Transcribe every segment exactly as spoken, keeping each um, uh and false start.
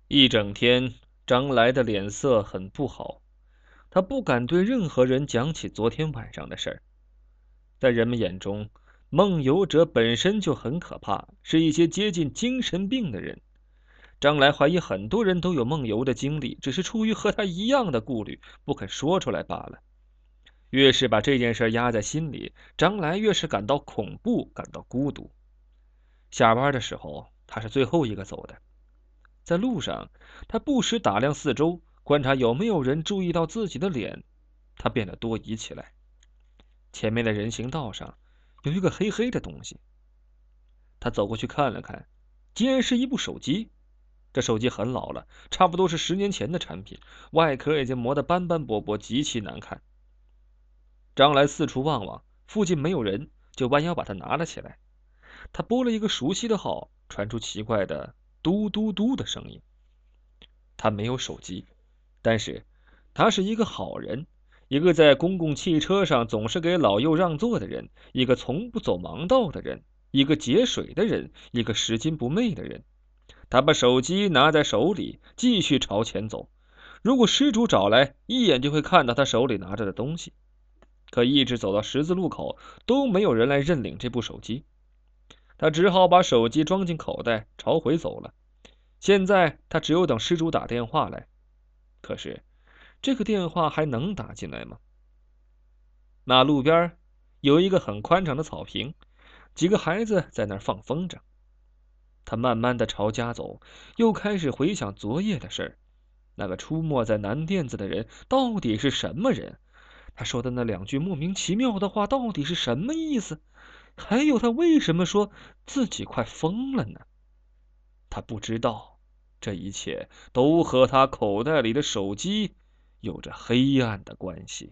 一整天，张来的脸色很不好，他不敢对任何人讲起昨天晚上的事儿。在人们眼中，梦游者本身就很可怕，是一些接近精神病的人。张来怀疑很多人都有梦游的经历，只是出于和他一样的顾虑，不肯说出来罢了。越是把这件事压在心里，张来越是感到恐怖，感到孤独。下班的时候，他是最后一个走的。在路上，他不时打量四周，观察有没有人注意到自己的脸。他变得多疑起来。前面的人行道上有一个黑黑的东西，他走过去看了看，竟然是一部手机。这手机很老了，差不多是十年前的产品，外壳已经磨得斑斑驳驳，极其难看。张来四处望望，附近没有人，就弯腰把它拿了起来。他拨了一个熟悉的号，传出奇怪的嘟嘟嘟的声音。他没有手机，但是他是一个好人，一个在公共汽车上总是给老幼让座的人，一个从不走盲道的人，一个节水的人，一个拾金不昧的人。他把手机拿在手里，继续朝前走。如果失主找来，一眼就会看到他手里拿着的东西。可一直走到十字路口，都没有人来认领这部手机。他只好把手机装进口袋，朝回走了。现在他只有等失主打电话来。可是这个电话还能打进来吗？马路边有一个很宽敞的草坪，几个孩子在那儿放风筝。他慢慢的朝家走，又开始回想昨夜的事儿。那个出没在南店子的人到底是什么人？他说的那两句莫名其妙的话到底是什么意思？还有他为什么说自己快疯了呢？他不知道，这一切都和他口袋里的手机有着黑暗的关系。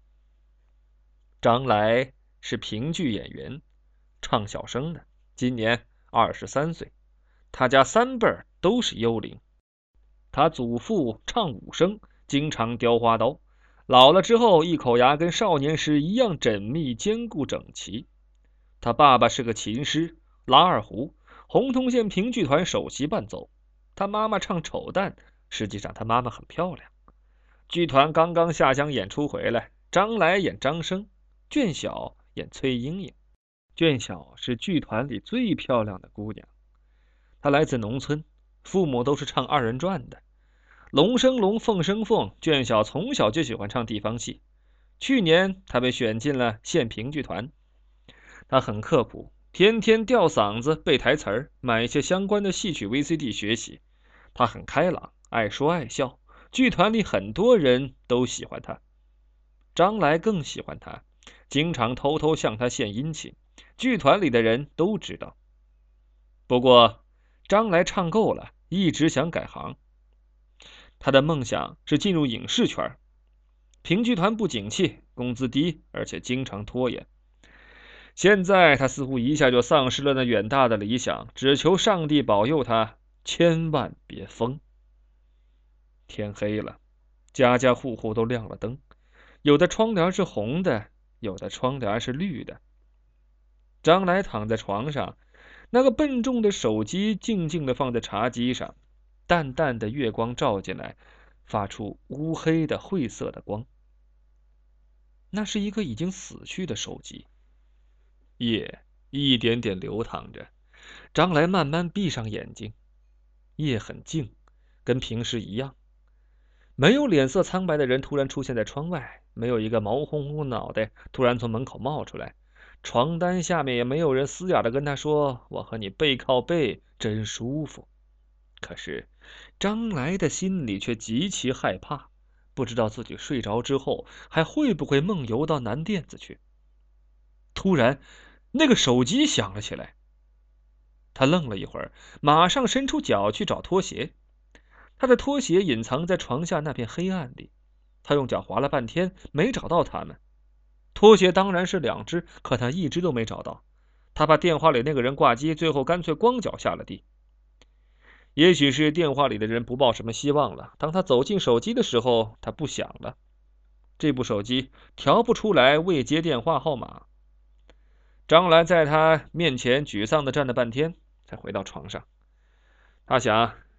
张来是评剧演员，唱小生的，今年二十三岁。他家三辈儿都是幽灵。他祖父唱武生，经常雕花刀，老了之后一口牙跟少年时一样缜密坚固整齐。他爸爸是个琴师，拉二胡，洪洞县评剧团首席伴奏。他妈妈唱丑旦，实际上他妈妈很漂亮。剧团刚刚下乡演出回来，张来演张生，卷小演崔莺莺。卷小是剧团里最漂亮的姑娘。她来自农村，父母都是唱二人转的，龙生龙，凤生凤。卷小从小就喜欢唱地方戏，去年她被选进了县评剧团。她很刻苦，天天吊嗓子背台词儿，买一些相关的戏曲 V C D 学习。她很开朗，爱说爱笑，剧团里很多人都喜欢她。张来更喜欢她，经常偷偷向她献殷勤，剧团里的人都知道。不过张来唱够了，一直想改行。他的梦想是进入影视圈，评剧团不景气，工资低，而且经常拖延。现在他似乎一下就丧失了那远大的理想，只求上帝保佑他千万别疯。天黑了，家家户户都亮了灯，有的窗帘是红的，有的窗帘是绿的。张来躺在床上，那个笨重的手机静静地放在茶几上，淡淡的月光照进来，发出乌黑的晦涩的光。那是一个已经死去的手机。夜一点点流淌着，张来慢慢闭上眼睛。夜很静，跟平时一样。没有脸色苍白的人突然出现在窗外，没有一个毛烘烘的脑袋突然从门口冒出来，床单下面也没有人嘶哑的跟他说：“我和你背靠背，真舒服。”可是张来的心里却极其害怕，不知道自己睡着之后还会不会梦游到南店子去。突然那个手机响了起来，他愣了一会儿，马上伸出脚去找拖鞋。他的拖鞋隐藏在床下那片黑暗里，他用脚划了半天没找到它们。拖鞋当然是两只，可他一只都没找到。他把电话里那个人挂机，最后干脆光脚下了地。也许是电话里的人不抱什么希望了，当他走进手机的时候，他不响了。这部手机调不出来未接电话号码。张兰在他面前沮丧地站了半天，才回到床上。他想，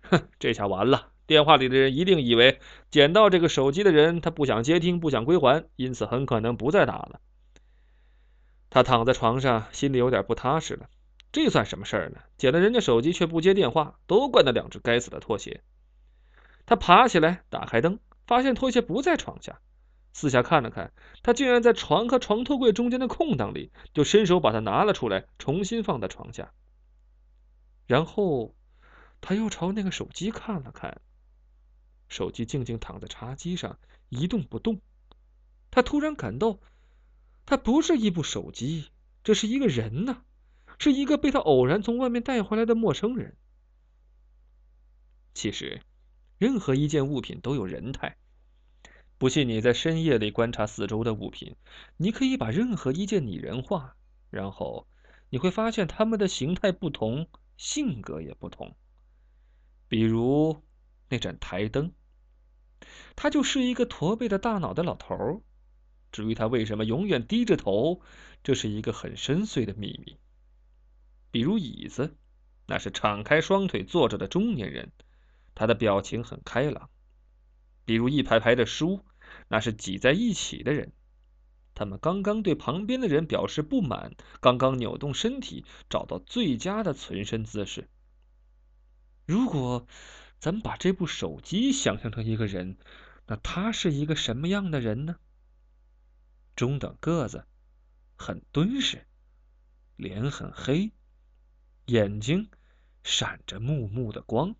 这下完了，电话里的人一定以为捡到这个手机的人他不想接听，不想归还，因此很可能不再打了。他躺在床上，心里有点不踏实了。这算什么事儿呢？捡了人家手机却不接电话，都怪那两只该死的拖鞋。他爬起来，打开灯，发现拖鞋不在床下。四下看了看，他竟然在床和床头柜中间的空档里，就伸手把它拿了出来，重新放在床下。然后他又朝那个手机看了看，手机静静躺在茶几上，一动不动。他突然感到，它不是一部手机，这是一个人呐、啊，是一个被他偶然从外面带回来的陌生人。其实，任何一件物品都有人态。不信你在深夜里观察四周的物品，你可以把任何一件拟人化，然后你会发现它们的形态不同，性格也不同。比如那盏台灯，他就是一个驼背的大脑的老头。至于他为什么永远低着头，这是一个很深邃的秘密。比如椅子，那是敞开双腿坐着的中年人，他的表情很开朗。比如一排排的书，那是挤在一起的人，他们刚刚对旁边的人表示不满，刚刚扭动身体，找到最佳的存身姿势。如果咱们把这部手机想象成一个人，那他是一个什么样的人呢？中等个子，很敦实，脸很黑，眼睛闪着木木的光。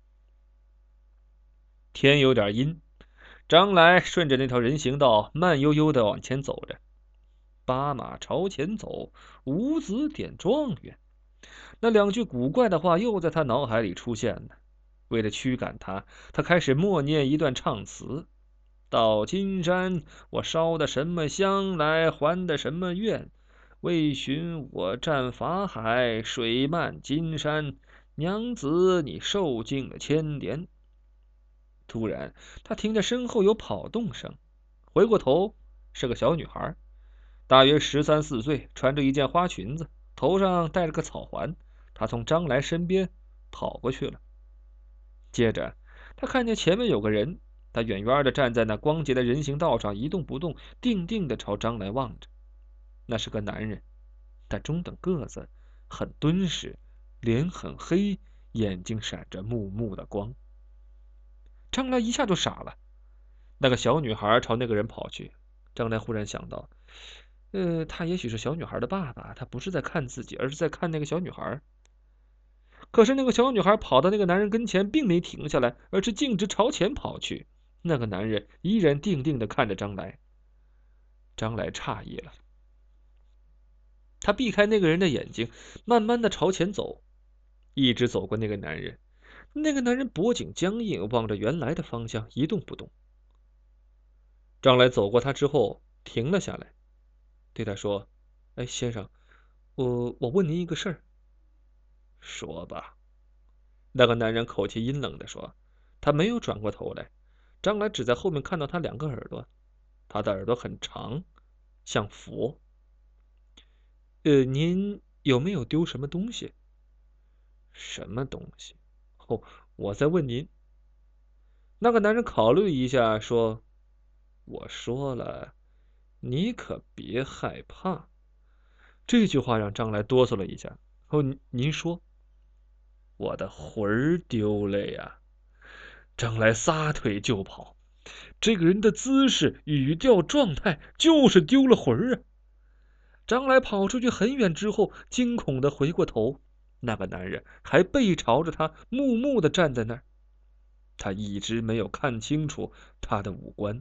天有点阴，张来顺着那条人行道慢悠悠地往前走着。八马朝前走，五子点状元。那两句古怪的话又在他脑海里出现了。为了驱赶他，他开始默念一段唱词：到金山，我烧的什么香来还的什么愿？为寻我战法海，水漫金山。娘子，你受尽了牵连。突然，他听着身后有跑动声，回过头，是个小女孩，大约十三四岁，穿着一件花裙子，头上戴着个草环。她从张来身边跑过去了。接着，他看见前面有个人，他远远地站在那光洁的人行道上，一动不动，定定地朝张来望着。那是个男人，他中等个子，很敦实，脸很黑，眼睛闪着木木的光。张来一下就傻了。那个小女孩朝那个人跑去，张来忽然想到，呃，他也许是小女孩的爸爸，他不是在看自己，而是在看那个小女孩。可是那个小女孩跑到那个男人跟前，并没停下来，而是径直朝前跑去。那个男人依然定定地看着张来。张来诧异了，他避开那个人的眼睛，慢慢地朝前走，一直走过那个男人。那个男人脖颈僵硬，望着原来的方向，一动不动。张来走过他之后，停了下来，对他说：“哎，先生，我我问您一个事儿。”“说吧。”那个男人口气阴冷地说。他没有转过头来，张来只在后面看到他两个耳朵，他的耳朵很长，像佛。“呃，您有没有丢什么东西？”“什么东西？哦，我在问您。”那个男人考虑一下，说：“我说了，你可别害怕。”这句话让张来哆嗦了一下。“哦，您说。”“我的魂儿丢了呀！”张来撒腿就跑。这个人的姿势、语调、状态，就是丢了魂儿啊！张来跑出去很远之后，惊恐地回过头，那个男人还背朝着他，木木地站在那儿。他一直没有看清楚他的五官。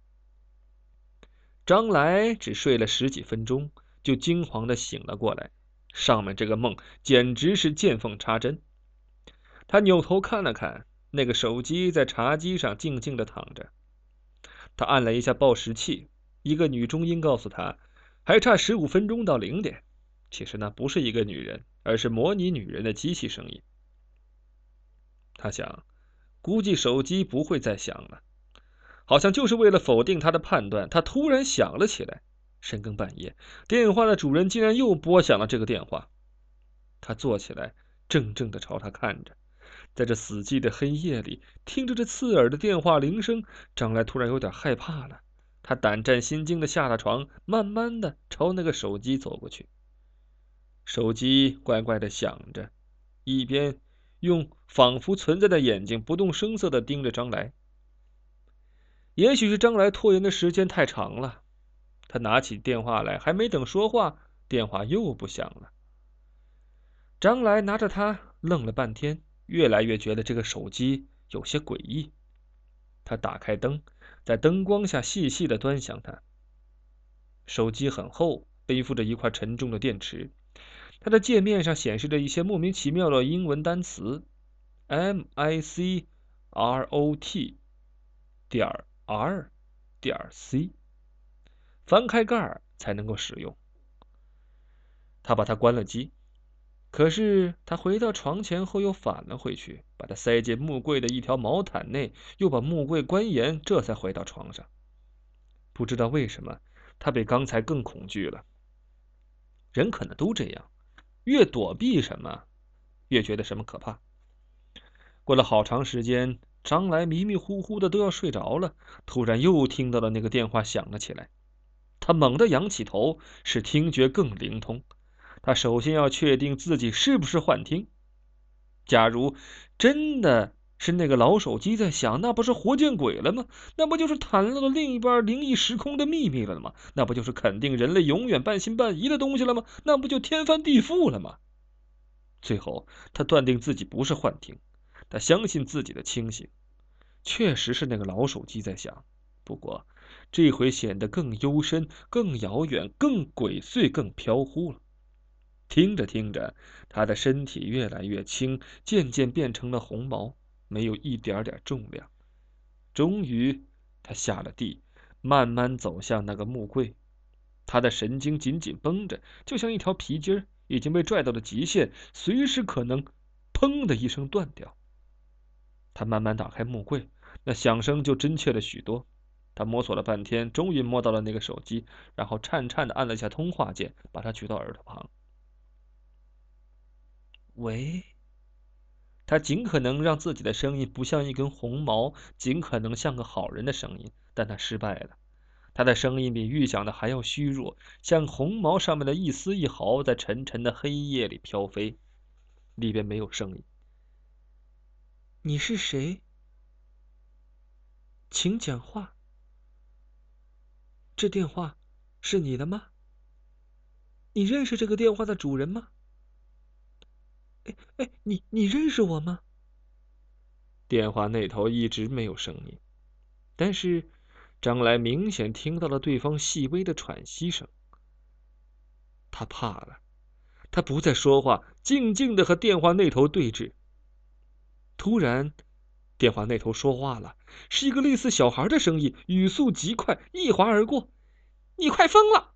张来只睡了十几分钟，就惊惶地醒了过来。上面这个梦简直是见缝插针。他扭头看了看，那个手机在茶几上静静地躺着。他按了一下报时器，一个女中音告诉他，还差十五分钟到零点。其实那不是一个女人，而是模拟女人的机器声音。他想，估计手机不会再响了。好像就是为了否定他的判断，他突然想了起来。深更半夜，电话的主人竟然又拨响了这个电话。他坐起来，怔怔地朝他看着。 在这死寂的黑夜里，听着这刺耳的电话铃声，张来突然有点害怕了。他胆战心惊的下了床，慢慢的朝那个手机走过去。手机乖乖的响着，一边用仿佛存在的眼睛不动声色的盯着张来。也许是张来拖延的时间太长了，他拿起电话来，还没等说话，电话又不响了。张来拿着它愣了半天，越来越觉得这个手机有些诡异。他打开灯，在灯光下细细的端详它。手机很厚，背负着一块沉重的电池。它的界面上显示着一些莫名其妙的英文单词 ，M I C R O T 点 R 点 C， 翻开盖才能够使用。他把它关了机。可是他回到床前后又返了回去，把它塞进木柜的一条毛毯内，又把木柜关严，这才回到床上。不知道为什么，他比刚才更恐惧了。人可能都这样，越躲避什么，越觉得什么可怕。过了好长时间，张来迷迷糊糊的都要睡着了，突然又听到了那个电话响了起来。他猛地仰起头，使听觉更灵通。他首先要确定自己是不是幻听。假如真的是那个老手机在响，那不是活见鬼了吗？那不就是袒露了另一半灵异时空的秘密了吗？那不就是肯定人类永远半信半疑的东西了吗？那不就天翻地覆了吗？最后他断定自己不是幻听，他相信自己的清醒，确实是那个老手机在响，不过这回显得更幽深、更遥远、更鬼祟、更飘忽了。听着听着，他的身体越来越轻，渐渐变成了红毛，没有一点点重量。终于他下了地，慢慢走向那个木柜。他的神经紧紧绷着，就像一条皮筋，已经被拽到了极限，随时可能砰的一声断掉。他慢慢打开木柜，那响声就真切了许多。他摸索了半天，终于摸到了那个手机，然后颤颤地按了下通话键，把它举到耳朵旁。喂，他尽可能让自己的声音不像一根红毛，尽可能像个好人的声音，但他失败了。他的声音比预想的还要虚弱，像红毛上面的一丝一毫，在沉沉的黑夜里飘飞，里边没有声音。你是谁？请讲话。这电话是你的吗？你认识这个电话的主人吗？哎哎，你你认识我吗？电话那头一直没有声音，但是张来明显听到了对方细微的喘息声。他怕了，他不再说话，静静地和电话那头对峙。突然，电话那头说话了，是一个类似小孩的声音，语速极快，一划而过：“你快疯了！